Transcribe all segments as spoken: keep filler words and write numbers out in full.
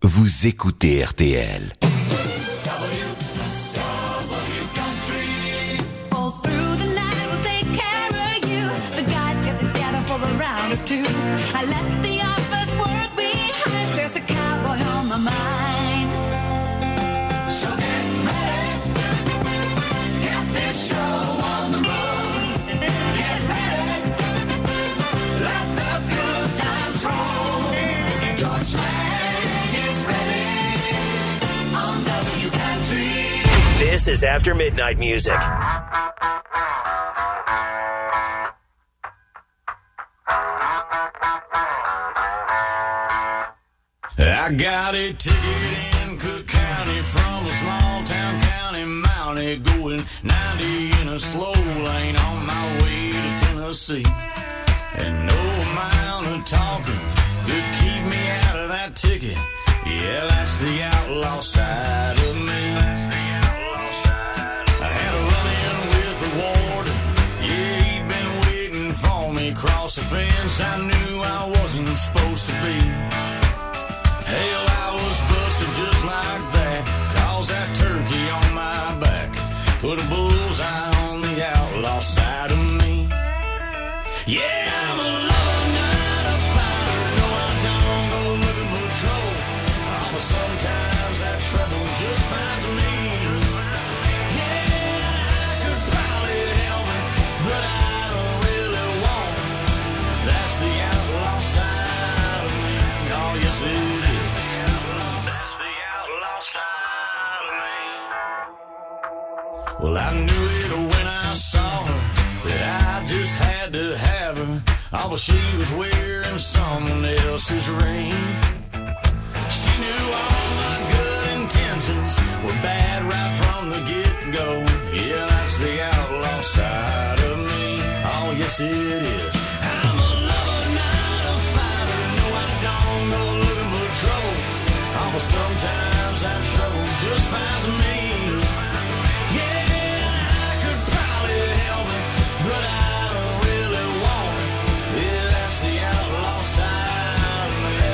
vous écoutez R T L. I left the office work behind. There's a cowboy on my mind. So get ready. Get this show on the road. Get ready. Let the good times roll. George Lang is ready on W Country. This is After Midnight Music. I got a ticket in Cook County from a small town county mountie, going ninety in a slow lane on my way to Tennessee. And no amount of talking could keep me out of that ticket. Yeah, that's the outlaw side of me. I had a run-in with the warden. Yeah, he'd been waiting for me across the fence. I knew I wasn't supposed to be. Hell, I was busted just like that, 'cause that turkey on my back put a bullseye on the outlaw side of me. Yeah, I'm a lover, not a fighter. No, I don't go looking for trouble. Oh, but sometimes that trouble just finds me. Yeah, I could probably help it, but I don't really want it. That's the outlaw side of me. Oh, yes, it is. Well, I knew it when I saw her, that I just had to have her. Oh, but she was wearing someone else's ring. She knew all my good intentions were bad right from the get-go. Yeah, that's the outlaw side of me. Oh, yes, it is. I'm a lover, not a fighter. No, I don't go looking for trouble. Oh, but sometimes that trouble just finds me. But I don't really want it. Yeah, that's the outlaw side of me.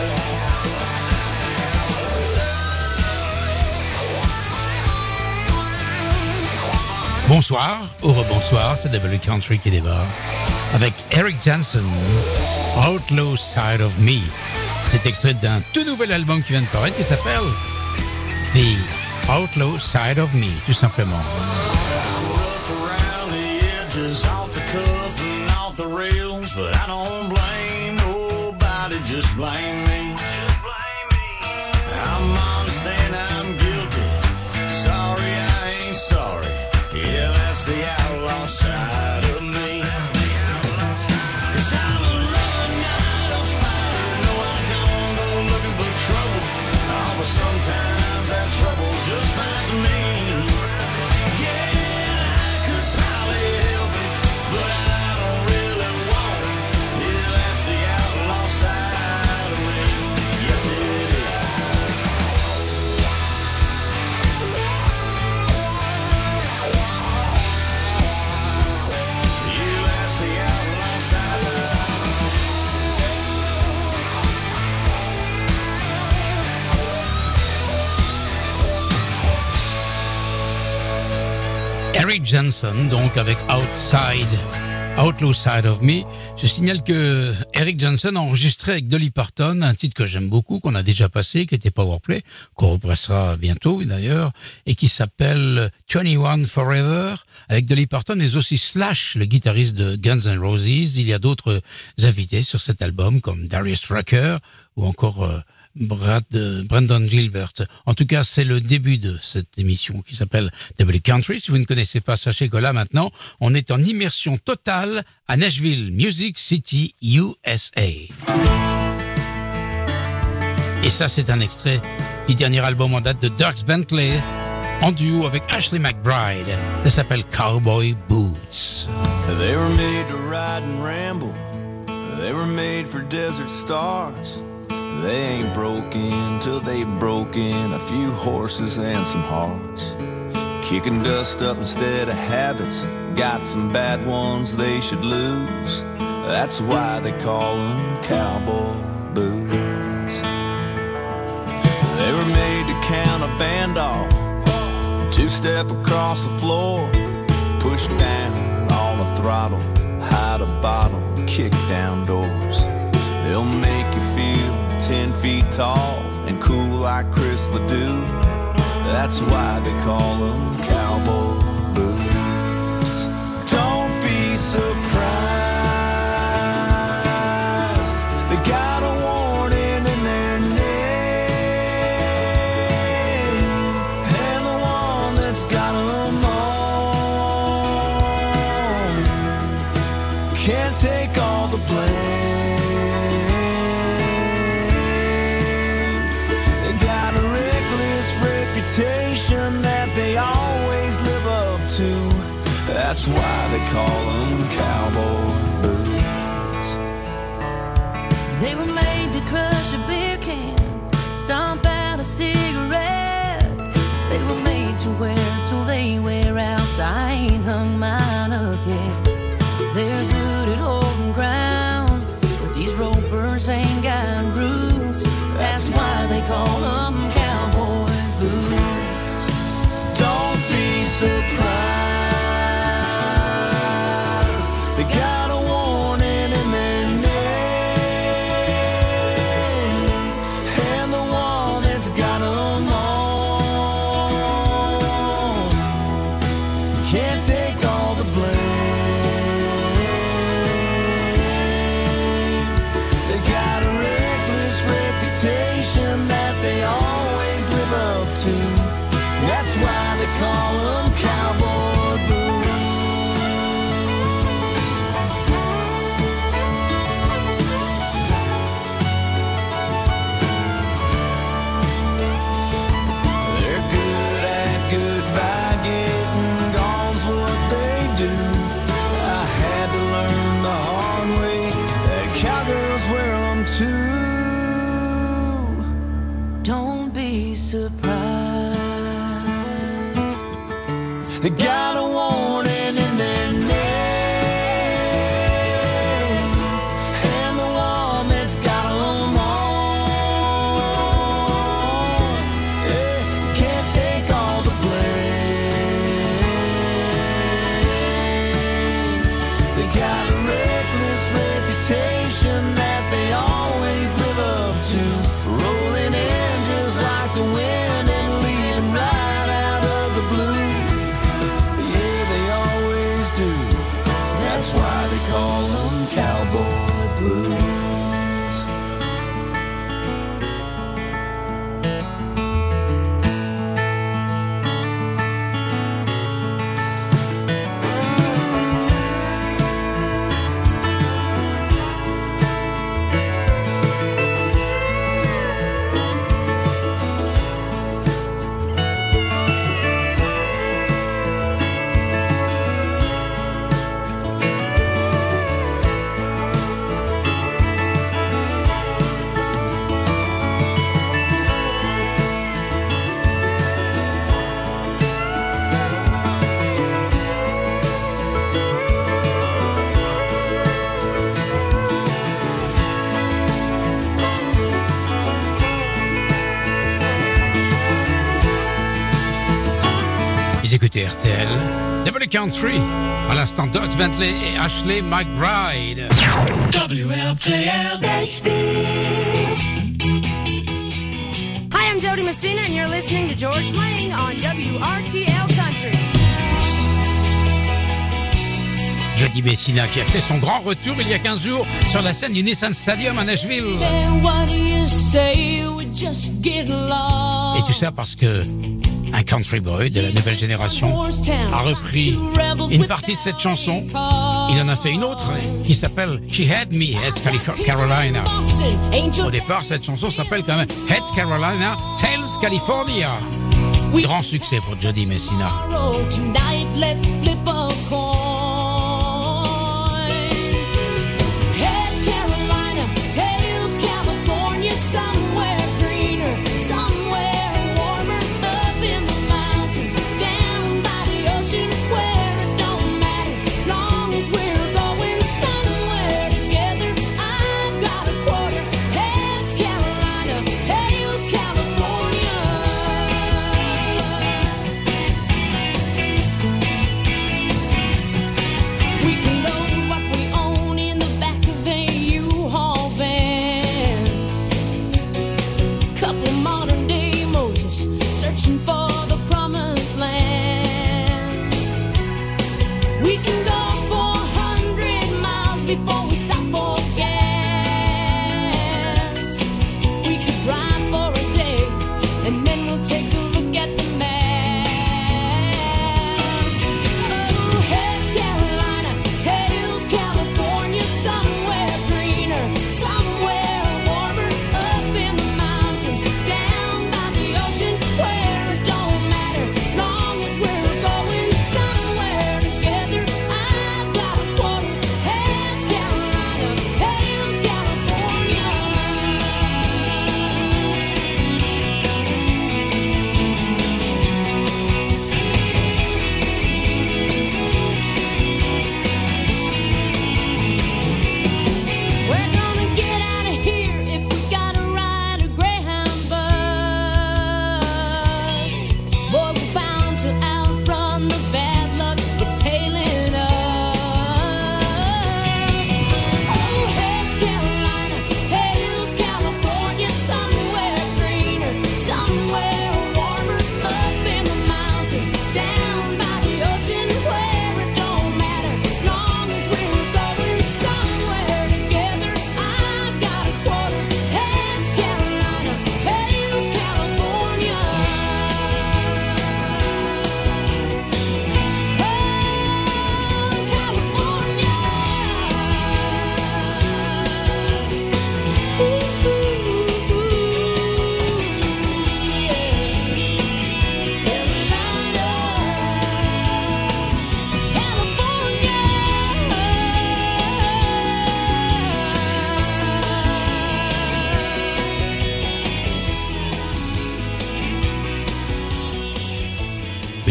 Bonsoir, ou rebonsoir, c'est W Country qui débarque avec Eric Johnson, Outlaw Side of Me. C'est extrait d'un tout nouvel album qui vient de paraître qui s'appelle The Outlaw Side of Me, tout simplement. Off the cuff and off the rails, but I don't blame nobody, just blame me. I'm honest and I'm guilty. Sorry, I ain't sorry. Yeah, that's the outlaw side of me. 'Cause I'm a lover, not a fighter. No, I don't go looking for trouble. Oh, but sometimes that trouble just finds me. Eric Johnson, donc avec Outside, Outlaw Side of Me. Je signale que Eric Johnson a enregistré avec Dolly Parton un titre que j'aime beaucoup, qu'on a déjà passé, qui était Powerplay, qu'on repressera bientôt d'ailleurs, et qui s'appelle vingt et un Forever, avec Dolly Parton et aussi Slash, le guitariste de Guns N' Roses. Il y a d'autres invités sur cet album, comme Darius Rucker, ou encore euh, Brad, euh, Brandon Gilbert. En tout cas, c'est le début de cette émission qui s'appelle W Country. Si vous ne connaissez pas, sachez que là, maintenant, on est en immersion totale à Nashville, Music City, U S A. Et ça, c'est un extrait du dernier album en date de Dierks Bentley, en duo avec Ashley McBryde. Ça s'appelle Cowboy Boots. They were made to ride and ramble. They were made for desert stars. They ain't broken till they broken a few horses and some hearts. Kicking dust up instead of habits. Got some bad ones they should lose. That's why they call them cowboy boots. They step across the floor, push down on the throttle, hide a bottle, kick down doors. They'll make you feel ten feet tall and cool like Chris Ledoux. That's why they call them cowboy boots. Don't be surprised, they got a warning in their name, and the one that's got them all can't take all the blame. They got a reckless reputation that they always live up to. That's why they call them cowboy boots. They were made to crush a beer can, stomp out a cigarette. They were made to wear till they wear out, so I ain't hung mine up yet. They're good at holding ground, but these ropers ain't got roots. That's why they call them cowboy boots. Don't be surprised, they got a warning in their name, and the one that's got them all can't take all the blame. They got a reckless reputation that they always live up to. That's why they call them cowboy boots. They're good at goodbye, getting gone's what they do. I had to learn the hard way that cowgirls wear them too. Don't be surprised, they got a warning in their name, and the one that's got them all, yeah, can't take all the blame. They got a reckless reputation that they always live up to, rolling in just like the wind and leading right out of the blue. Yeah, they always do. That's why they call them cowboy blues. Vous écoutez R T L, Double Country, à l'instant Dodge Bentley et Ashley McBride. W L T L. Hi, I'm Jody Messina, and you're listening to George Lang on W R T L Country. Jody Messina qui a fait son grand retour il y a quinze jours sur la scène du Nissan Stadium à Nashville. Et tout ça parce que un country boy de la nouvelle génération a repris une partie de cette chanson. Il en a fait une autre qui s'appelle She Had Me, Heads Carolina. Au départ, cette chanson s'appelle quand même Heads Carolina, Tails California. Grand succès pour Jody Messina. Somewhere greener, somewhere warmer, up in the mountains, down by the ocean, where it don't matter, as long as we're going somewhere together. I've got a quarter, heads Carolina, tails California.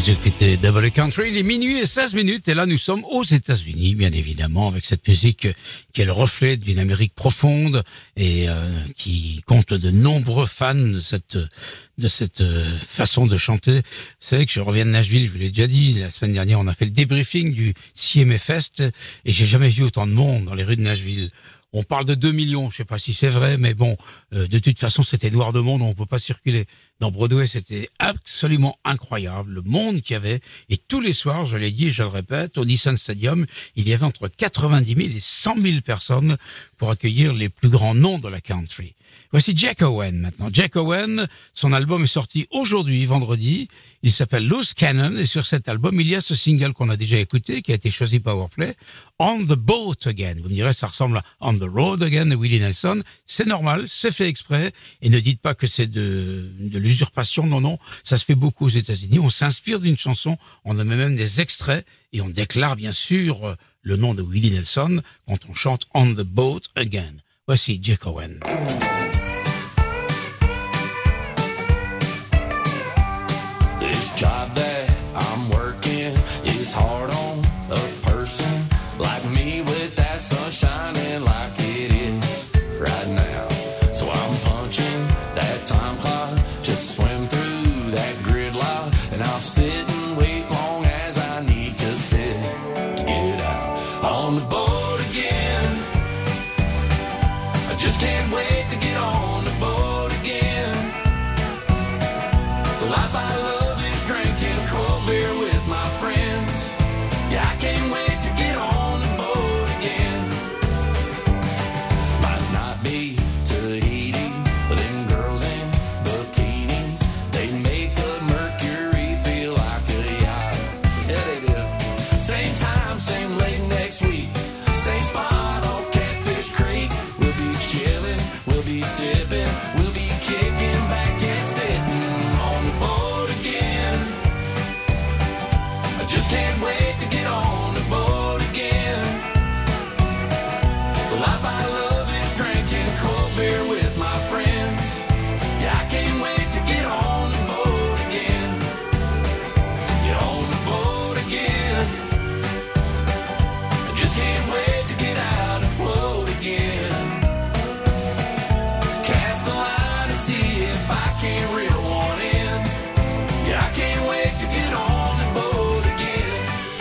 Vous écoutez Double Country, il est minuit et seize minutes et là nous sommes aux États-Unis, bien évidemment, avec cette musique qui est le reflet d'une Amérique profonde et euh, qui compte de nombreux fans de cette de cette euh, façon de chanter. C'est vrai que je reviens de Nashville, je vous l'ai déjà dit, la semaine dernière on a fait le débriefing du C M A Fest et j'ai jamais vu autant de monde dans les rues de Nashville. On parle de deux millions, je sais pas si c'est vrai, mais bon, euh, de toute façon, c'était noir de monde, on peut pas circuler. Dans Broadway, c'était absolument incroyable, le monde qu'il y avait. Et tous les soirs, je l'ai dit et je le répète, au Nissan Stadium, il y avait entre quatre-vingt-dix mille et cent mille personnes pour accueillir les plus grands noms de la country. Voici Jack Owen maintenant. Jack Owen, son album est sorti aujourd'hui, vendredi. Il s'appelle Loose Cannon et sur cet album, il y a ce single qu'on a déjà écouté, qui a été choisi par Powerplay, On the Boat Again. Vous me direz, ça ressemble à On the Road Again de Willie Nelson. C'est normal, c'est fait exprès. Et ne dites pas que c'est de, de l'usurpation. Non, non, ça se fait beaucoup aux États-Unis. On s'inspire d'une chanson, on en met même des extraits et on déclare bien sûr le nom de Willie Nelson quand on chante On the Boat Again. Voici Jack Owen. Job that I'm working is hard on a person like me with that sun shining like it is right now. So I'm punching that time clock to swim through that gridlock, and I'll sit and wait long as I need to sit to get out on the boat again. I just can't wait to get on the boat again. The life I love, beer with my friends. Yeah, I can't wait to get on the boat again. Might not be Tahiti, but them girls in bikinis, they make a Mercury feel like a yacht. Yeah, they do. Same time, same late next week, same spot off Catfish Creek. We'll be chilling, we'll be sipping, we'll be kicking back and sitting on the boat again. I just can't wait to get on the boat again. The life I love is drinking cold beer with my friends. Yeah, I can't wait to get on the boat again. Get on the boat again. I just can't wait to get out and float again. Cast the line to see if I can't reel one in. Yeah, I can't wait to get on the boat again.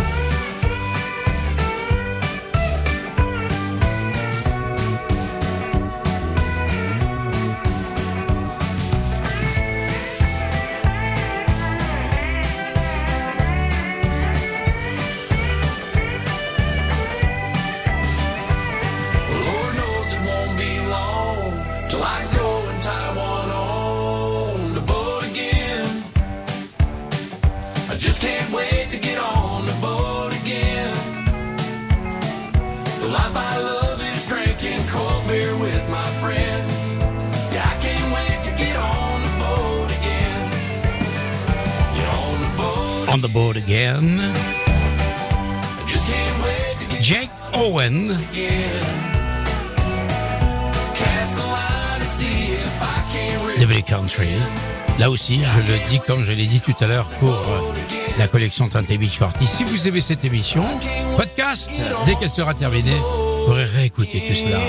Lord knows it won't be long till I go and tie one on the boat again. I just can't wait to get on the boat again. The life I love is drinking cold beer with my friends. Yeah, I can't wait to get on the boat again. Get on the boat. On the Boat Again. I just can't wait to get Jack Owen. again. Cast the line to see if I can't read Double Country. Là aussi, je le dis comme je l'ai dit tout à l'heure pour euh, la collection Tinté Beach Party. Si vous aimez cette émission, podcast, dès qu'elle sera terminée, vous pourrez réécouter tout cela.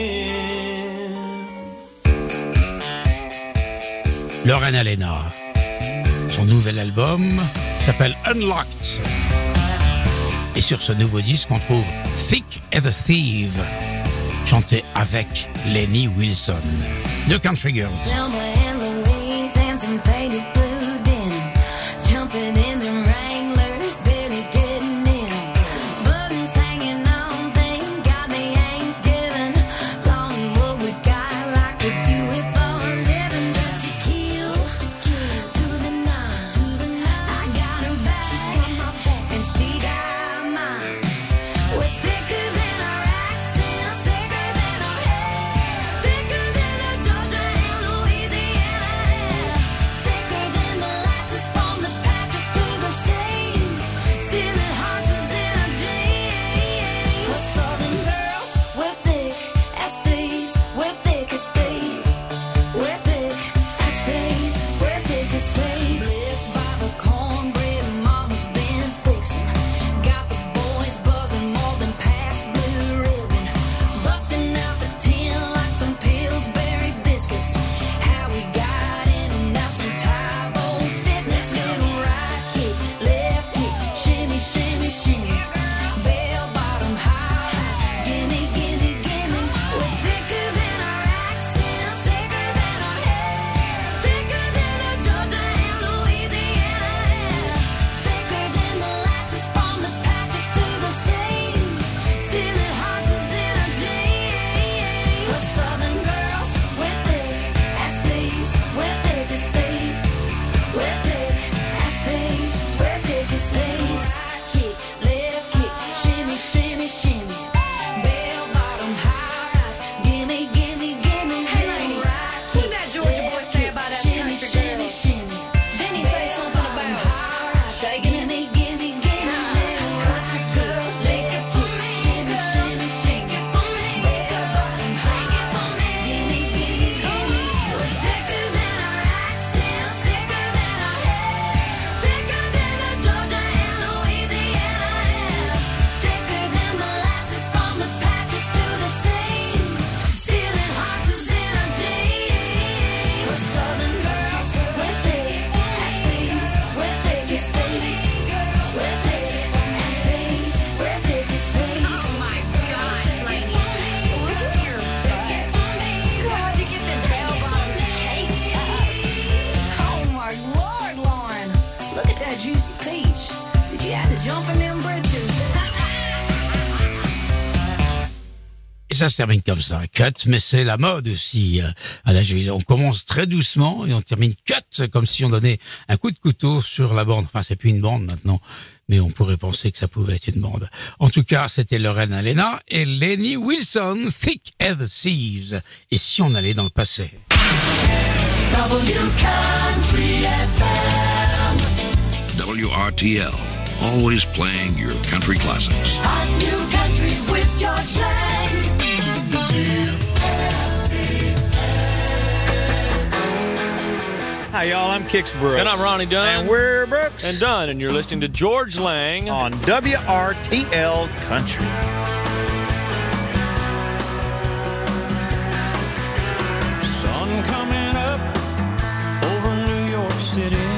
Lauren Alena, son nouvel album s'appelle Unlocked. Et sur ce nouveau disque, on trouve Thick as a Thief, chanté avec Lenny Wilson. The Country Girls. Thelma and Louise and some faded blue denim, jumping in them Wranglers, barely getting in 'em. Buttons hanging on, thank God they ain't giving. Flaunting what we got like we do it for a living. Just to kill, to the nine. I got her back, and she got mine. We're thicker than our accents, thicker than our hair, thicker than our Georgia and Louisiana. ça se termine comme ça, cut, mais c'est la mode aussi. À la, on commence très doucement et on termine cut, comme si on donnait un coup de couteau sur la bande. Enfin, c'est plus une bande maintenant, mais on pourrait penser que ça pouvait être une bande. En tout cas, c'était Lorraine Alena et Lenny Wilson, Thick as Thieves. Et si on allait dans le passé? W Country F M. W R T L, always playing your country classics. Hot new country with George Lang. Hi, y'all. I'm Kix Brooks. And I'm Ronnie Dunn. And we're Brooks. And Dunn. And you're listening to George Lang on W R T L Country. Sun coming up over New York City.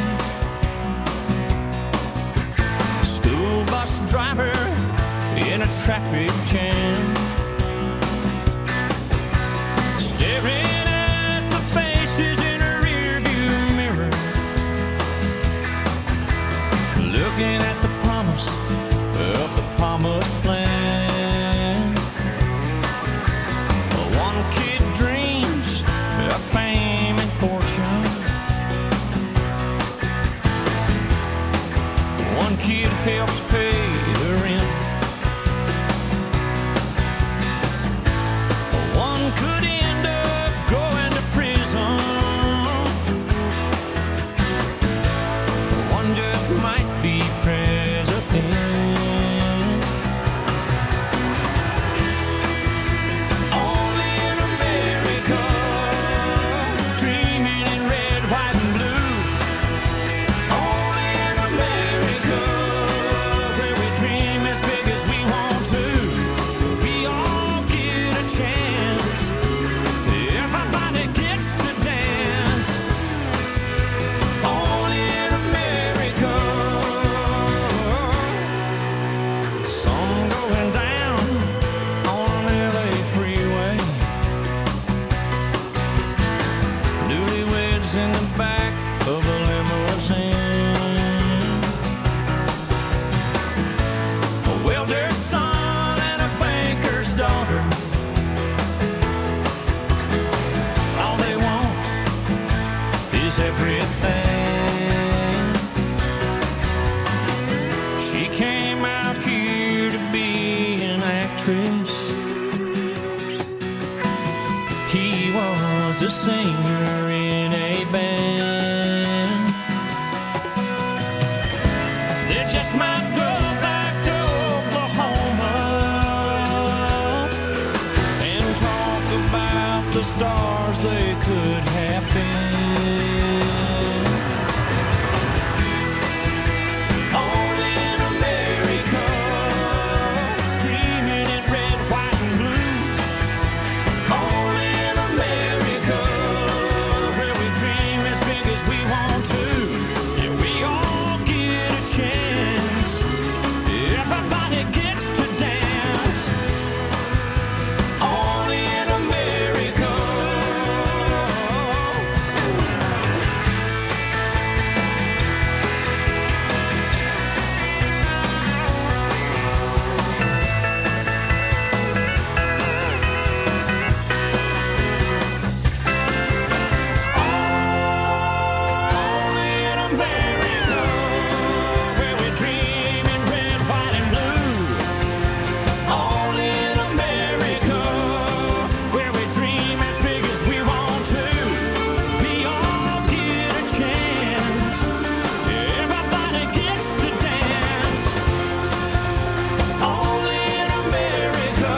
School bus driver in a traffic jam. Staring at the faces in a rearview mirror. Looking at the promise of the promised land. One kid dreams of fame and fortune. One kid helps pay the rent. One could end up going to prison. One just might be president. Only in America, dreaming in red, white, and blue. Only in America, where we dream as big as we want to. We all get a chance. Everybody gets to dance. Only in America. Sun going down on L A freeway. Newlyweds in the back of a limousine. A welder's son and a banker's daughter. All they want is everything. She came out here to be an actress. He was a singer in a band. They just might go back to Oklahoma and talk about the stars they could have been. Only in America, dreaming in red, white, and blue. Only in America, where we dream as big as we want to. Yeah, we all get a chance. Everybody gets to dance. Only in America. Only in America, where we dream in red, white, and blue. Only in America, where we dream as big as we want to. We all get a chance. Everybody gets to dance. Only in America.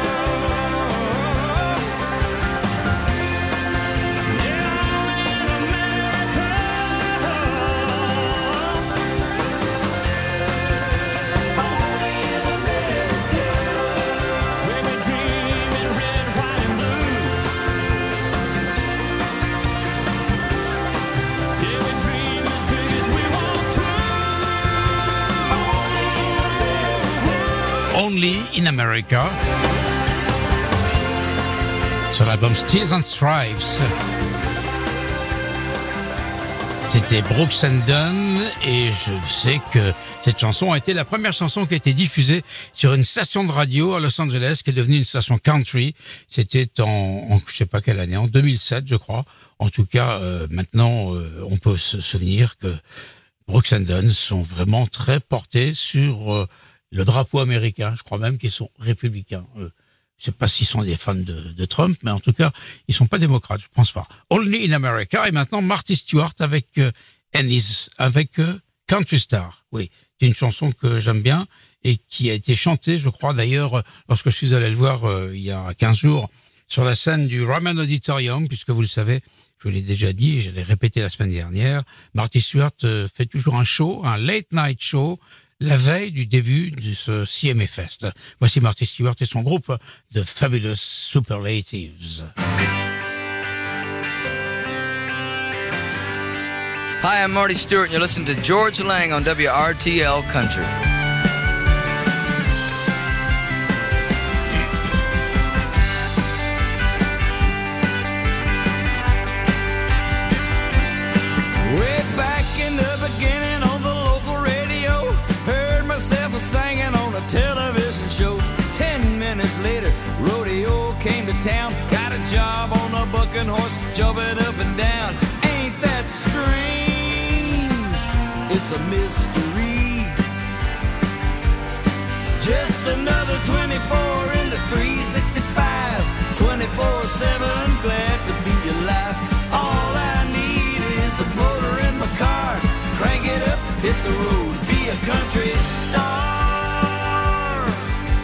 Yeah, only in America. Only in America, where we dream in red, white, and blue. Yeah, we dream as big as we want to. Only in America. Sur l'album Steers and Stripes. C'était Brooks and Dunn et je sais que cette chanson a été la première chanson qui a été diffusée sur une station de radio à Los Angeles qui est devenue une station country. C'était en, en je sais pas quelle année, en deux mille sept je crois. En tout cas, euh, maintenant euh, on peut se souvenir que Brooks and Dunn sont vraiment très portés sur euh, le drapeau américain. Je crois même qu'ils sont républicains. Euh, Je sais pas s'ils sont des fans de, de Trump, mais en tout cas, ils sont pas démocrates, je pense pas. Only in America, et maintenant Marty Stewart avec euh, Ennis, avec euh, Country Star. Oui, c'est une chanson que j'aime bien et qui a été chantée, je crois d'ailleurs, lorsque je suis allé le voir euh, il y a quinze jours, sur la scène du Ryman Auditorium, puisque vous le savez, je l'ai déjà dit, je l'ai répété la semaine dernière, Marty Stewart euh, fait toujours un show, un late night show, la veille du début de ce C M A Fest. Voici Marty Stewart et son groupe The Fabulous Superlatives. Hi, I'm Marty Stewart and you're listening to George Lang on W R T L Country. Way back in the beginning on the local radio, heard myself singing on a television show. Ten minutes later, rodeo came to town. Got a job on a bucking horse, jumping up and down. Ain't that strange? It's a mystery. Just another twenty-four in the three sixty-five. twenty-four seven, glad to be alive. All I need is a motor in my car. Crank it up, hit the road, be a country star.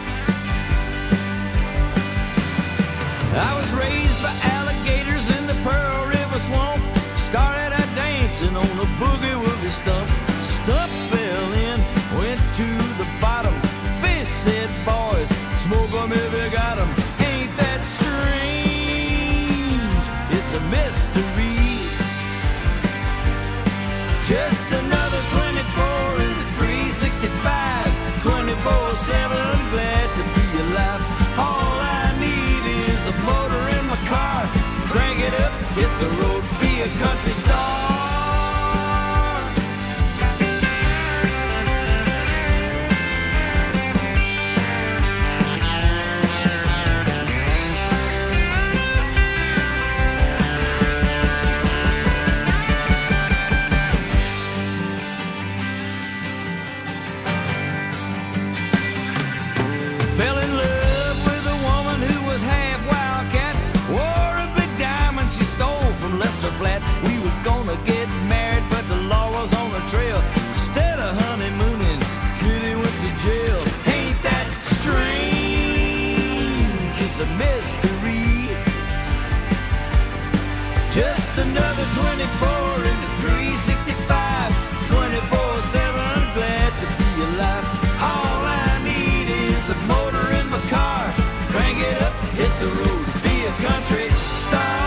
I was raised by alligators in the Pearl River swamp. Started out dancing on a boogie-woogie stump. Stump fell in, went to the bottom. Fish said, boys, smoke 'em if you got 'em. Ain't that strange? It's a mystery. Just another twenty-four in the three sixty-five. twenty-four seven, glad to be alive. All I need is a motor in my car. Crank it up, hit the road, be a country star. Fell in love with a woman who was half wildcat. Wore a big diamond she stole from Lester Flat. We were gonna get married, but the law was on the trail. Instead of honeymooning, Kitty went to jail. Ain't that strange? It's a mystery. Just another twenty-four in the three sixty-five. twenty-four seven, glad to be alive. All I need is a motor in my car. Crank it up, hit the road, be a country star.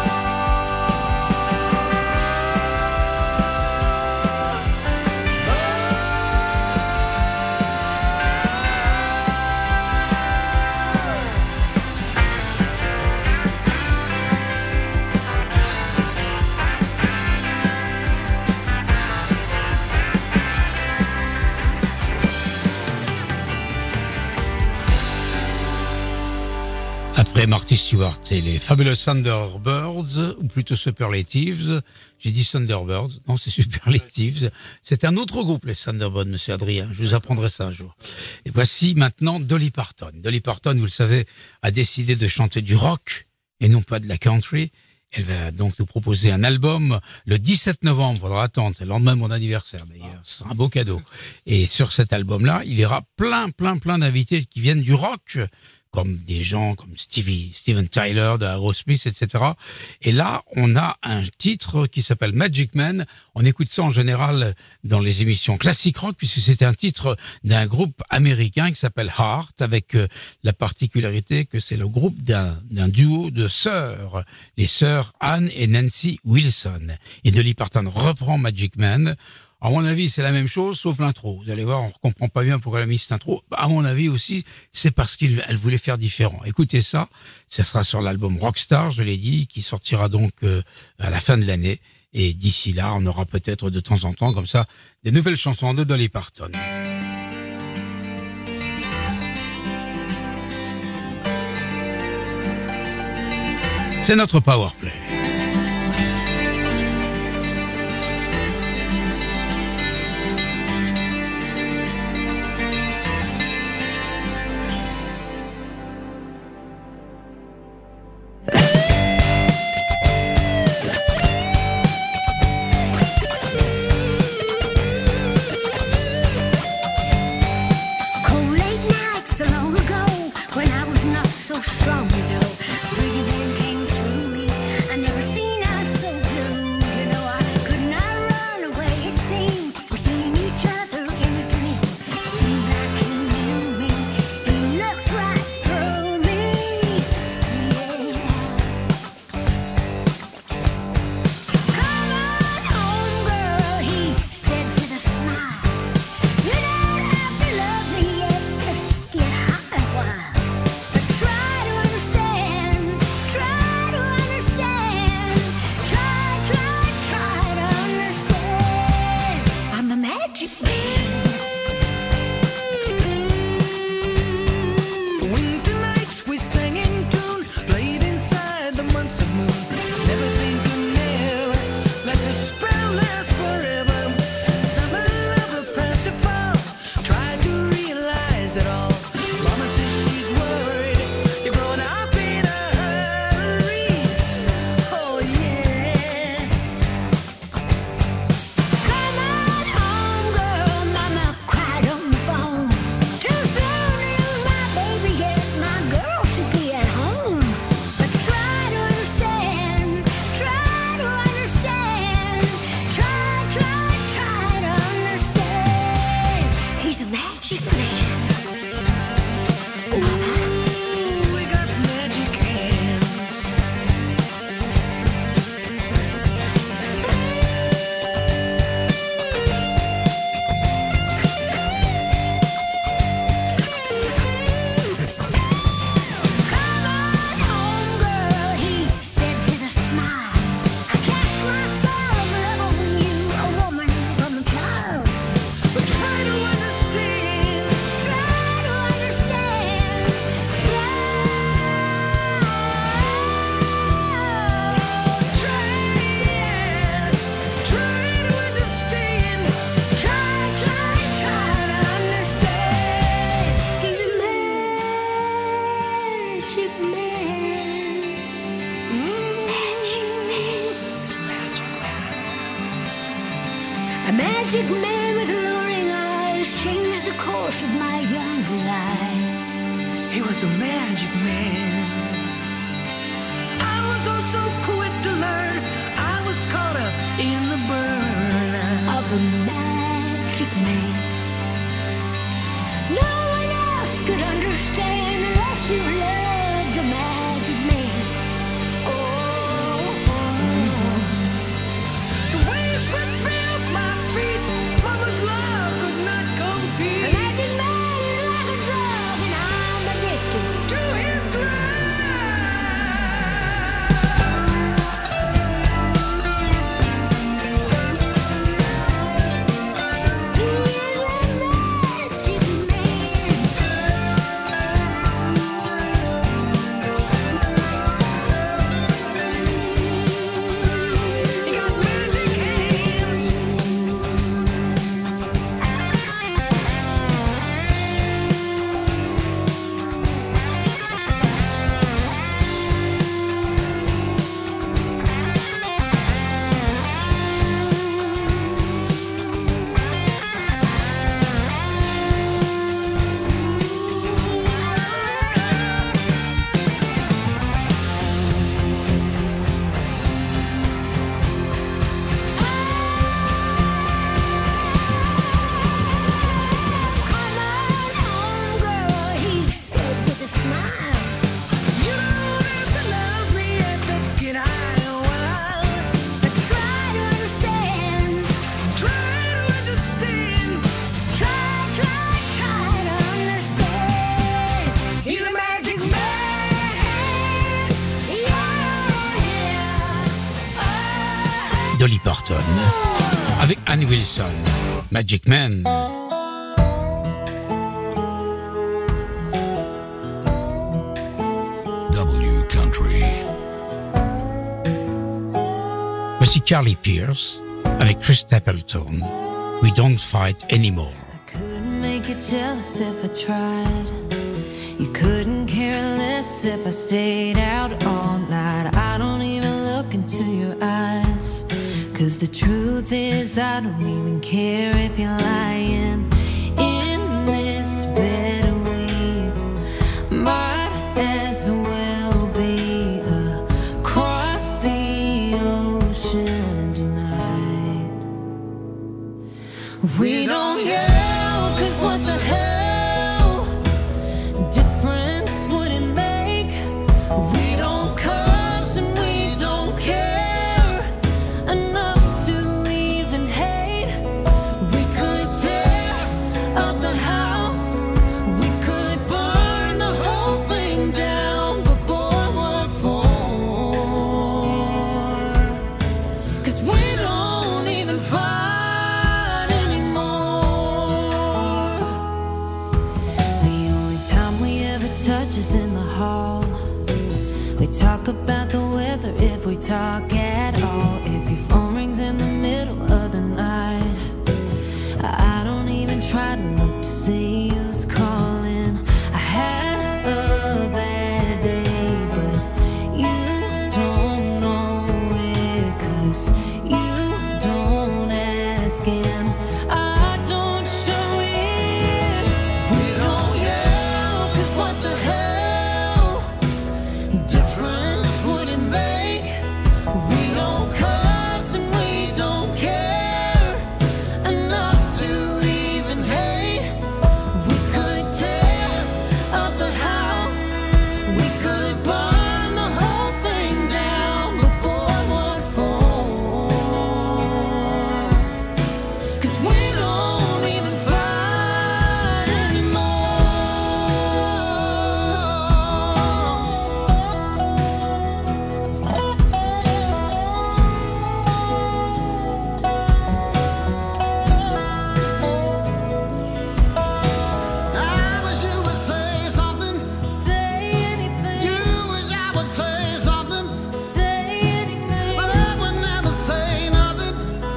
Après Marty Stewart et les Fabulous Thunderbirds, ou plutôt Superlatives, j'ai dit Thunderbirds, non c'est Superlatives, c'est un autre groupe les Thunderbirds, monsieur Adrien, je vous apprendrai ça un jour. Et voici maintenant Dolly Parton. Dolly Parton, vous le savez, a décidé de chanter du rock et non pas de la country. Elle va donc nous proposer un album le dix-sept novembre, faudra attendre, c'est le lendemain de mon anniversaire d'ailleurs, ce sera un beau cadeau. Et sur cet album-là, il y aura plein, plein, plein d'invités qui viennent du rock, comme des gens comme Stevie, Steven Tyler de Aerosmith, et cetera. Et là, on a un titre qui s'appelle Magic Man. On écoute ça en général dans les émissions classiques rock, puisque c'est un titre d'un groupe américain qui s'appelle Heart, avec euh, la particularité que c'est le groupe d'un, d'un duo de sœurs, les sœurs Anne et Nancy Wilson. Et Dolly Parton reprend Magic Man. À mon avis, c'est la même chose, sauf l'intro. Vous allez voir, on ne comprend pas bien pourquoi elle a mis cette intro. À mon avis aussi, c'est parce qu'elle voulait faire différent. Écoutez ça, ce sera sur l'album Rockstar, je l'ai dit, qui sortira donc euh, à la fin de l'année. Et d'ici là, on aura peut-être de temps en temps, comme ça, des nouvelles chansons de Dolly Parton. C'est notre Powerplay. magic man with alluring eyes changed the course of my young life. He was a magic man. I was oh so quick to learn. I was caught up in the burn of a magic man. No one else could understand unless you loved a magic man. Oh, oh, oh. The waves would build my feet. Mama's love could not compete. A magic man is like a drug, and I'm addicted to his love. Stapleton, avec Ann Wilson, Magic Man. W Country. Voici Carly Pearce avec Chris Stapleton, We Don't Fight Anymore. Couldn't make you jealous if I tried. You couldn't care less if I stayed out all night. I don't even look into your eyes, 'cause the truth is I don't even care if you're lying. In this bed we might as well be across the ocean tonight. We don't yell, 'cause what the hell difference would it make? We don't cuss and we don't care enough to even hate. We could tear up the house, we could burn the whole thing down, but boy, what for? 'Cause we don't even fight anymore. The only time we ever touch is in the hall. We talk about the weather if we talk at all. If your phone rings in the middle of the night, I don't even try to look to see who's calling. I had a bad day, but you don't know it, 'cause you don't ask and I don't show it. We don't yell, 'cause what the hell difference would it make? We don't cuss and we don't care enough to even hate. We could tear up the house, we could burn the whole thing down, but boy, what for? 'Cause we don't even fight anymore. I wish you would say something. Say anything, You wish I would say something. say anything. But I would never say nothing.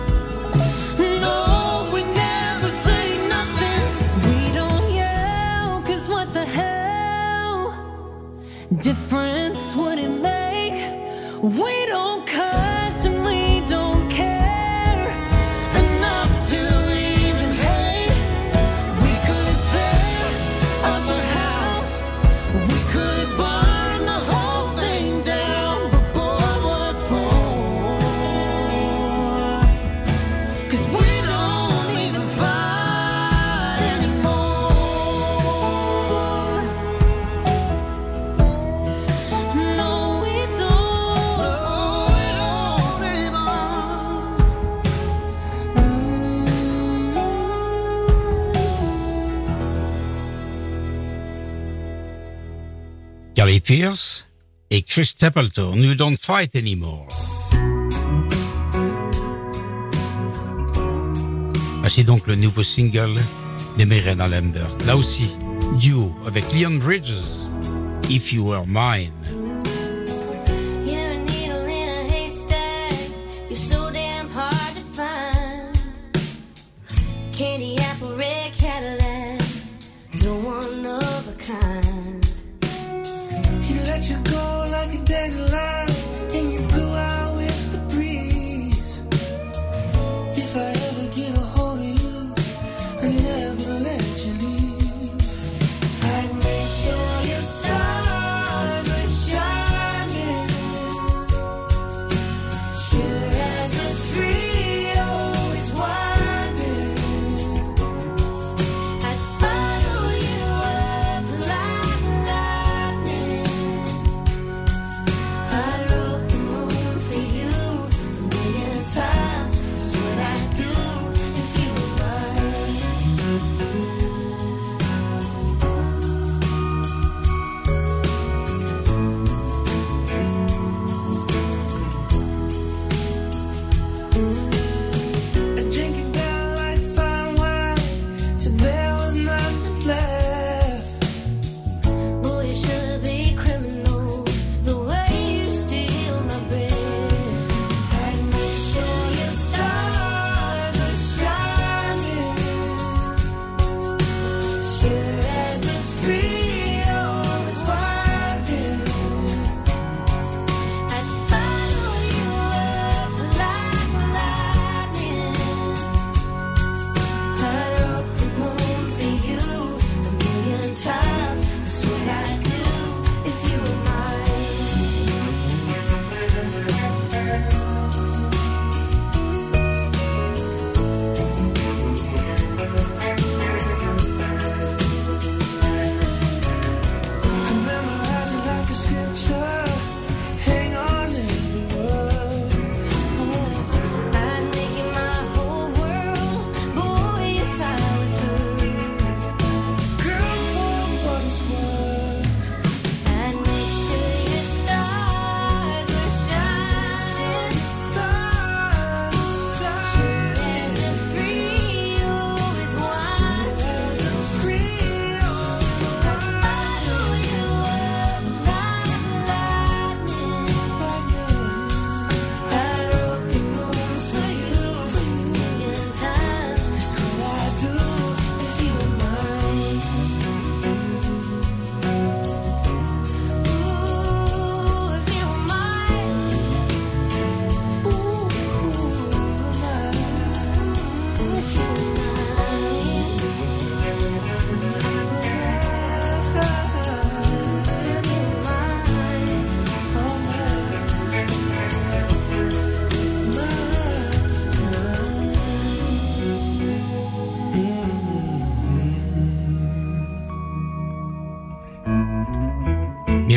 No, we never say nothing. We don't yell, 'cause what the hell difference would it make? We don't cuss and we don't care enough to even hate. We could tear up a house, we could burn the whole thing down, but boy, what for? 'Cause we don't even fight anymore. No, we don't. No, we don't even. Carly Pearce et Chris Stapleton, We Don't Fight Anymore. Voici donc le nouveau single de Miranda Lambert. Là aussi, duo avec Leon Bridges, If You Were Mine. You're a needle in a haystack. You're so damn hard to find. Candy apple, red Cadillac. No one of a kind. He let you go like a dandelion, and you blew out with the breeze. If I ever get a hold of you, I never let you leave. I'd make sure your stars are shining, sure as a thrill is winding. I'd follow you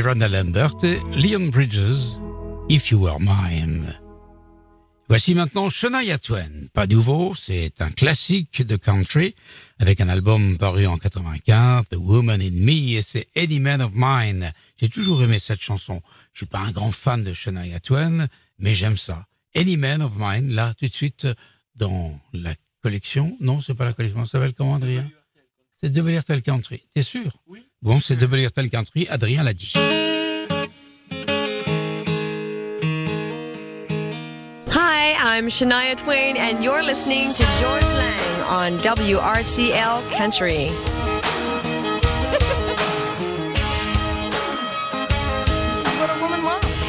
Miranda Lambert et Leon Bridges, If You Were Mine. Voici maintenant Shania Twain. Pas nouveau, c'est un classique de country avec un album paru en quatre-vingt-quinze, The Woman in Me, et c'est Any Man of Mine. J'ai toujours aimé cette chanson. Je suis pas un grand fan de Shania Twain, mais j'aime ça. Any Man of Mine, là, tout de suite, dans la collection. Non, c'est pas la collection, ça s'appelle comment, Adrien? C'est W R T L Country. T'es sûr? Oui. Bon, c'est W R T L Country, Adrien l'a dit. Hi, I'm Shania Twain, and you're listening to George Lang on W R T L Country. This is what a woman wants.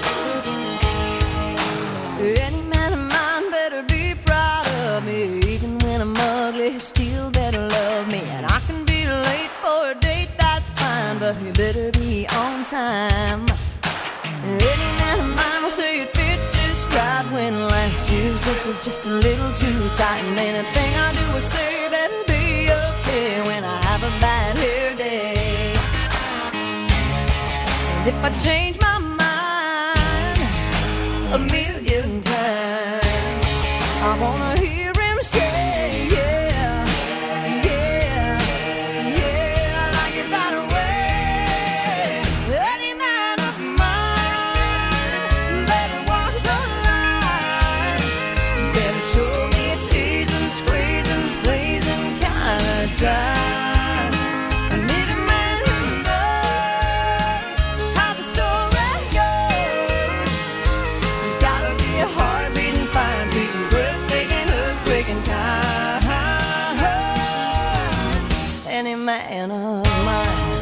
Any man of mine better be proud of me. Even when I'm ugly, he still better love me. And I can be late for a date, that's fine, but you better be on time. Any man of mine will say it fits just right when last year's dress is just a little too tight. And anything I do or say better be okay when I have a bad hair day. And if I change my mind a million times, I wanna hear him say, yeah, yeah, yeah, like it's got a way. Any man of mine better walk the line, better show me a teasing, squeezing, pleasing kind of time. I need a man who knows how the story goes. He's gotta be a heart-beating, fine-beating, breathtaking, earthquaking kind. Any man of mine.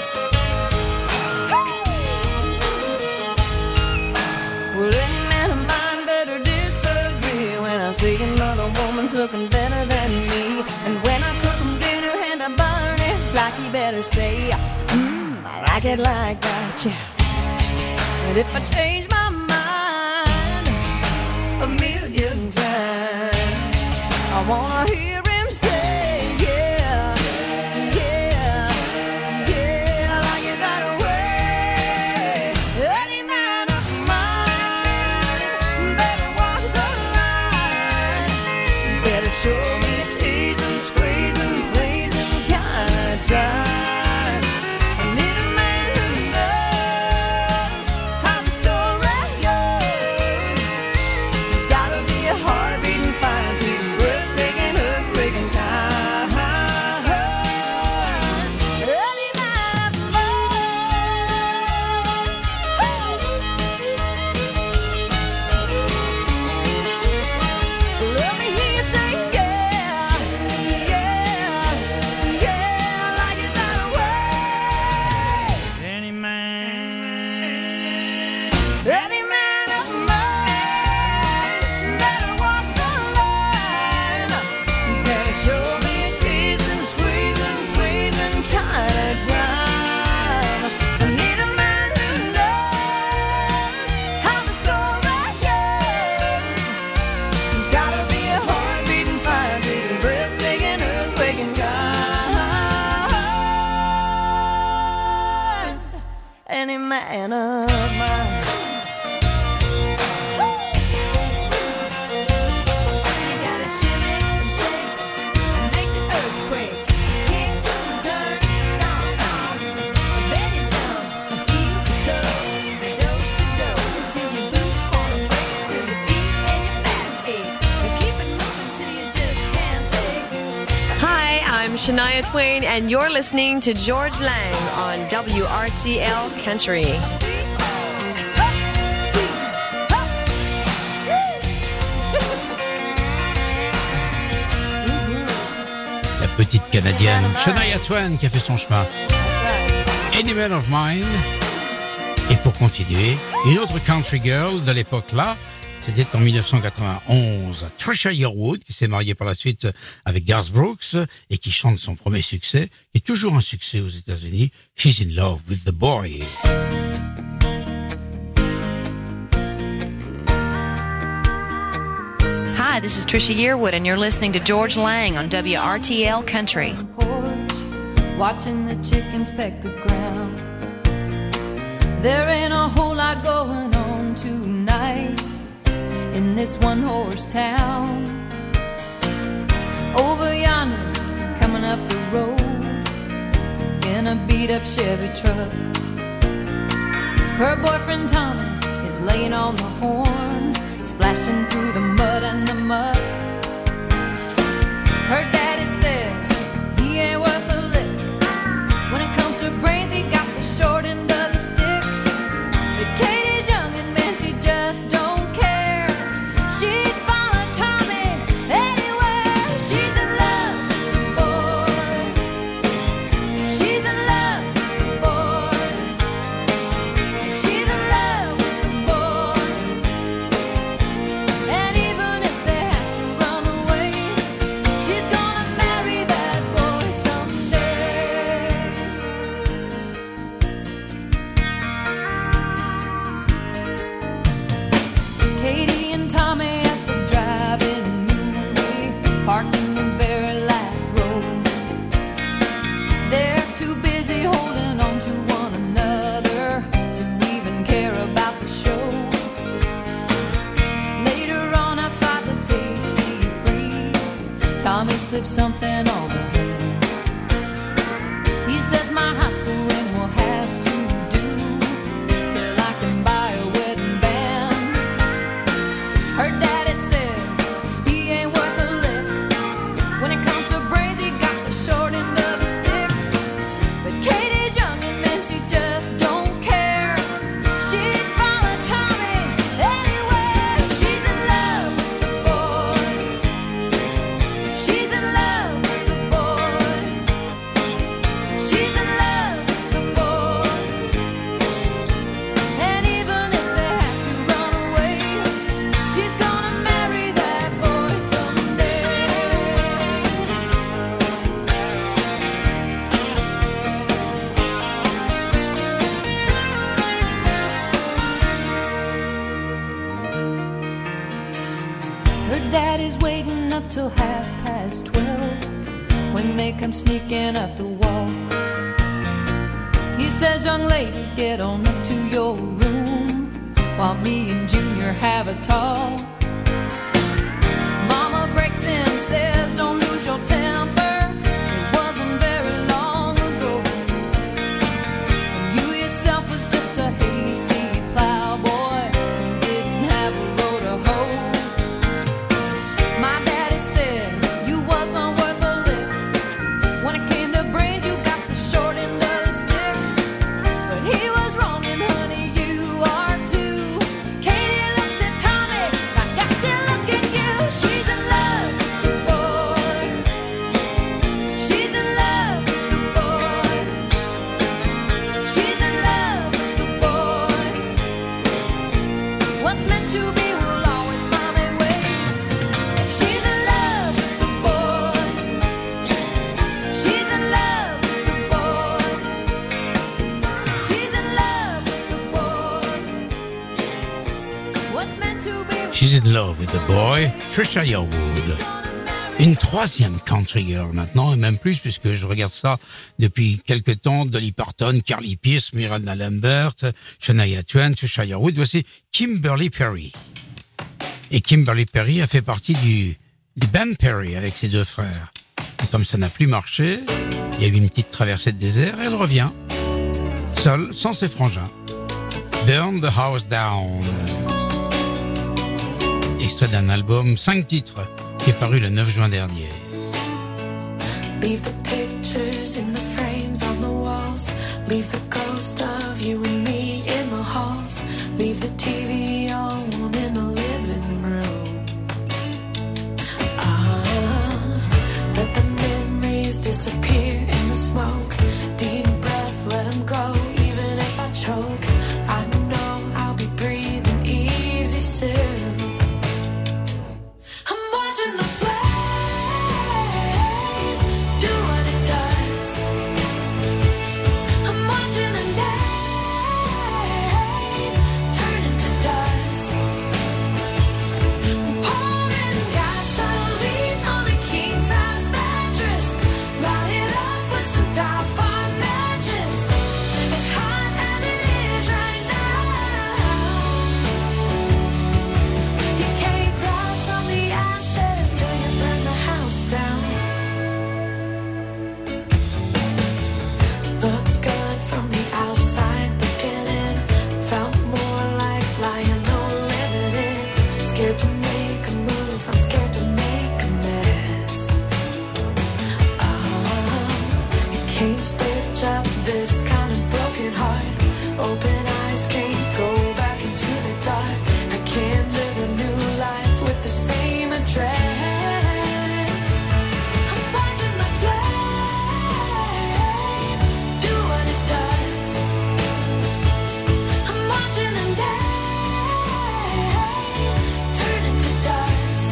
Well, any man of mine better disagree when I see another woman's looking better than me. And when I cook him dinner and I burn it, like he better say, mmm, I like it like that, yeah. And if I change my mind a million times, I wanna hear him say, yeah, yeah, yeah, like it that way. Any man of mine better walk the line, better show me a teasing, squeezing, pleasing kind of time. I need a man who knows how the story goes. He's gotta be a heart-beating, fine-beating, breathtaking, earthquaking kind. Any man of mine. Let me hear you say, yeah, yeah, yeah, like it that way. Any man, any man of mine better walk the line, better show me a teasing, squeezing, pleasing kind of time. I need a man who knows how the story goes. He's gotta be a heart-beating, fine-beating, breathtaking, earthquaking kind. Any man of mine. You gotta shimmy and shake and make the earthquake. Kick, turn, stomp, stomp. Then you jump and feel the toe. Dose to dose until your boots wanna break, till your feet and your back ache. And keep it moving till you just can't take. Hi, I'm Shania Twain, and you're listening to George Lang on W R T L Country. La petite Canadienne Shania Twain qui a fait son chemin. Any Man of Mine. Et pour continuer, une autre country girl de l'époque là, c'était en dix-neuf cent quatre-vingt-onze, Trisha Yearwood, qui s'est mariée par la suite avec Garth Brooks et qui chante son premier succès, qui est toujours un succès aux États-Unis, She's in Love with the Boy. Hi, this is Trisha Yearwood, and you're listening to George Lang on W R T L Country. Watching the chickens peck the ground. There ain't a whole lot going on tonight in this one-horse town. Over yonder, coming up the road in a beat-up Chevy truck. Her boyfriend Tommy is laying on the horn, splashing through the mud and the muck. Her daddy says he ain't worth a lick. When it comes to brains, he got the short end of the stick. But Katie's young and man, she just don't care. She'd follow Tommy anywhere. She's in love with the boy. She's in love with the boy. She's in love with the boy. And even if they have to run away, she's gonna marry that boy someday. Katie and Tommy at the drive-in movie, parked in the very last row. They're too busy holding on to one another to even care about the show. Later on outside the Tasty Freeze, Tommy slips something on her hand. He says my high school ring will have to do till I can buy a wedding band. Her daddy says he ain't worth a lick. When it comes to brains, he got the short end of the stick. But Katie's young and man, she just don't care. She'd follow Tommy anywhere. She's in love with the boy. She's in love with the boy. She's in love with the boy. And even if they have to run away, she's gonna marry that boy someday. Her daddy's waiting up till half past twelve when they come sneaking up the walk. He says, young lady, get on up to your room while me and Junior have a talk. Mama breaks in, says, don't lose your temper. It wasn't very long ago. And you yourself was just a hayseed plowboy who didn't have a row to hoe. My daddy said you wasn't worth a lick. When it came to brains, you got the short end of the stick. But he was wrong, and honey, you are too. Katie looks at Tommy like I still look at you. She's in love with the boy. She's in love with the boy. She's in love with the boy. What's meant to be will always find a way. She's in love with the boy. She's in love with the boy. She's in love with the boy. What's meant to be will She's in love with the boy, Trisha Yearwood. Une troisième country girl maintenant, et même plus, puisque je regarde ça depuis quelques temps. Dolly Parton, Carly Pearce, Miranda Lambert, Shania Twain, Trisha Yearwood. Voici Kimberly Perry. Et Kimberly Perry a fait partie du, du band Perry avec ses deux frères. Et comme ça n'a plus marché, il y a eu une petite traversée de désert et elle revient, seule, sans ses frangins. Burn the House Down. Extrait d'un album, cinq titres, qui est paru le neuf juin dernier. Leave the pictures in the frames on the walls. Leave the ghost of you and me in the halls. Leave the T V on in the living room. Ah, let the memories disappear in the smoke. Deep breath, let them go. Even if I choke, I know I'll be breathing easy soon. I'm watching the flame do what it does. I'm watching a name turn into dust. can't stitch up this kind of broken heart. Open eyes can't go back into the dark. I can't live a new life with the same address. I'm watching the flame do what it does. I'm watching the name turn into dust.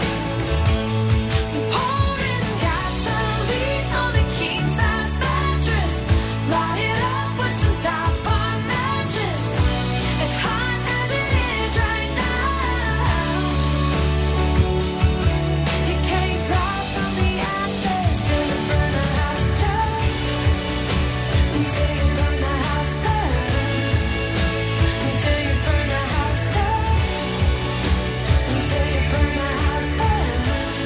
I'm pouring gasoline on a king size mattress. Light it up with some Dive Bar matches. As hot as it is right now. You can't rise from the ashes till you burn the house down. Until you burn the house down. Until you burn the house down. Until you burn the house down.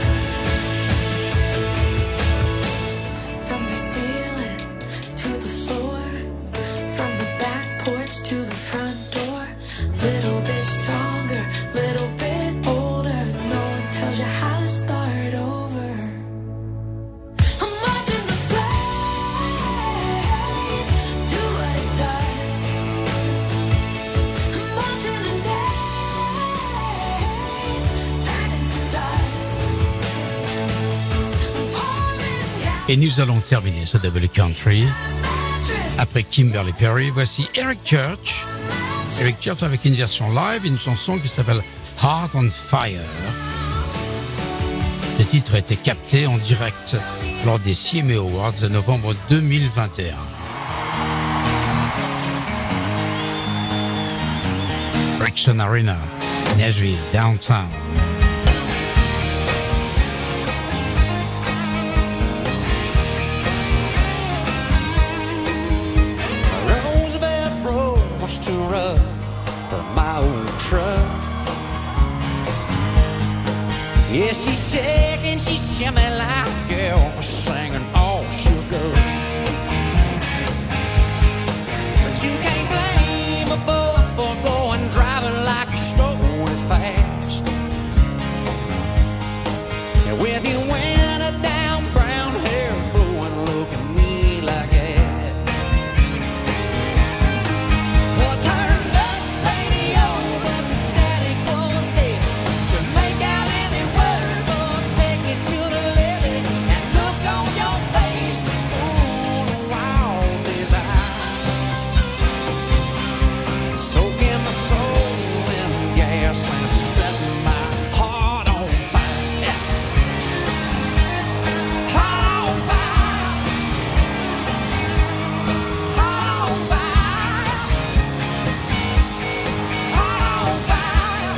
From the ceiling to the floor, from the back porch to the front door. Little bit stronger, little bit older. No one tells you how to start over. I'm watching the flame do what it does. I'm watching the name turn into dust. I'm pouring gas Et nous allons terminer ce double country après Kimberly Perry. Voici Eric Church. Eric Church avec une version live, une chanson qui s'appelle Heart on Fire. Ce titre a été capté en direct lors des C M A Awards de novembre deux mille vingt et un. Rexon Arena, Nashville, downtown. Roosevelt Road was too rough for my old truck. Yeah, she's shaking, she's shimmy like a girl singing all sugar. But you can't blame a boy for going driving like you're strolling fast. And with your winter down, brown hair blowing, look at me like that. Well, turned up radio, but the static was dead. Could make out any words, but take me to the levee. And look on your face was full of wild desire. Soaking my soul in gas and setting my heart on fire. Heart on fire. Heart on fire. Heart on fire.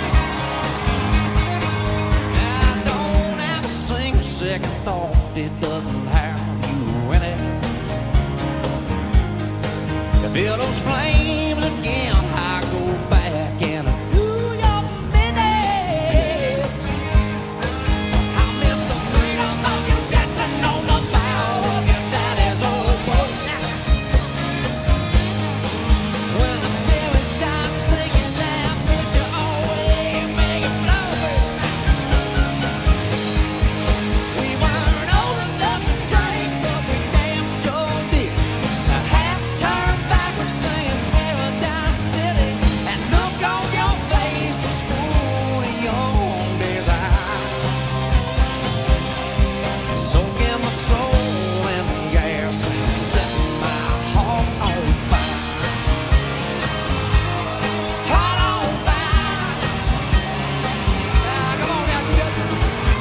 I don't have a single second thought it doesn't have you in it. To feel those flames again, I go back and I do your minutes. I miss the freedom of you dancing on the bow of your daddy's old boat. When the spirit starts singing that, put you away, make it flow. We weren't old enough to drink, but we damn sure did. A hat turned backwards, saying Paradise City, and look on your face was full of young desire. Soaking my soul in gas and setting my heart on fire. Heart on fire. Ah, come on now, you got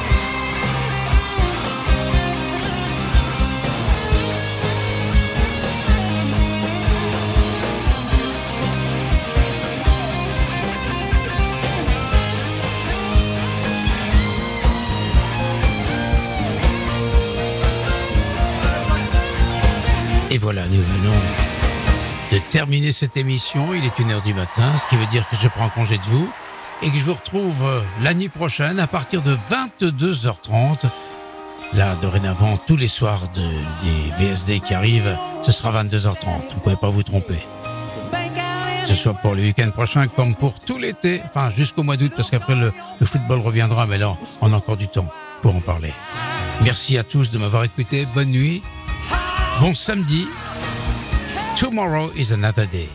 Et voilà, nous venons de terminer cette émission. Il est une heure du matin, ce qui veut dire que je prends congé de vous et que je vous retrouve euh, l'année prochaine à partir de vingt-deux heures trente. Là, dorénavant, tous les soirs de, des V S D qui arrivent, ce sera vingt-deux heures trente. Vous ne pouvez pas vous tromper. Que ce soit pour le week-end prochain comme pour tout l'été, enfin jusqu'au mois d'août, parce qu'après le, le football reviendra, mais là, on a encore du temps pour en parler. Merci à tous de m'avoir écouté. Bonne nuit. Bon samedi. Tomorrow is another day.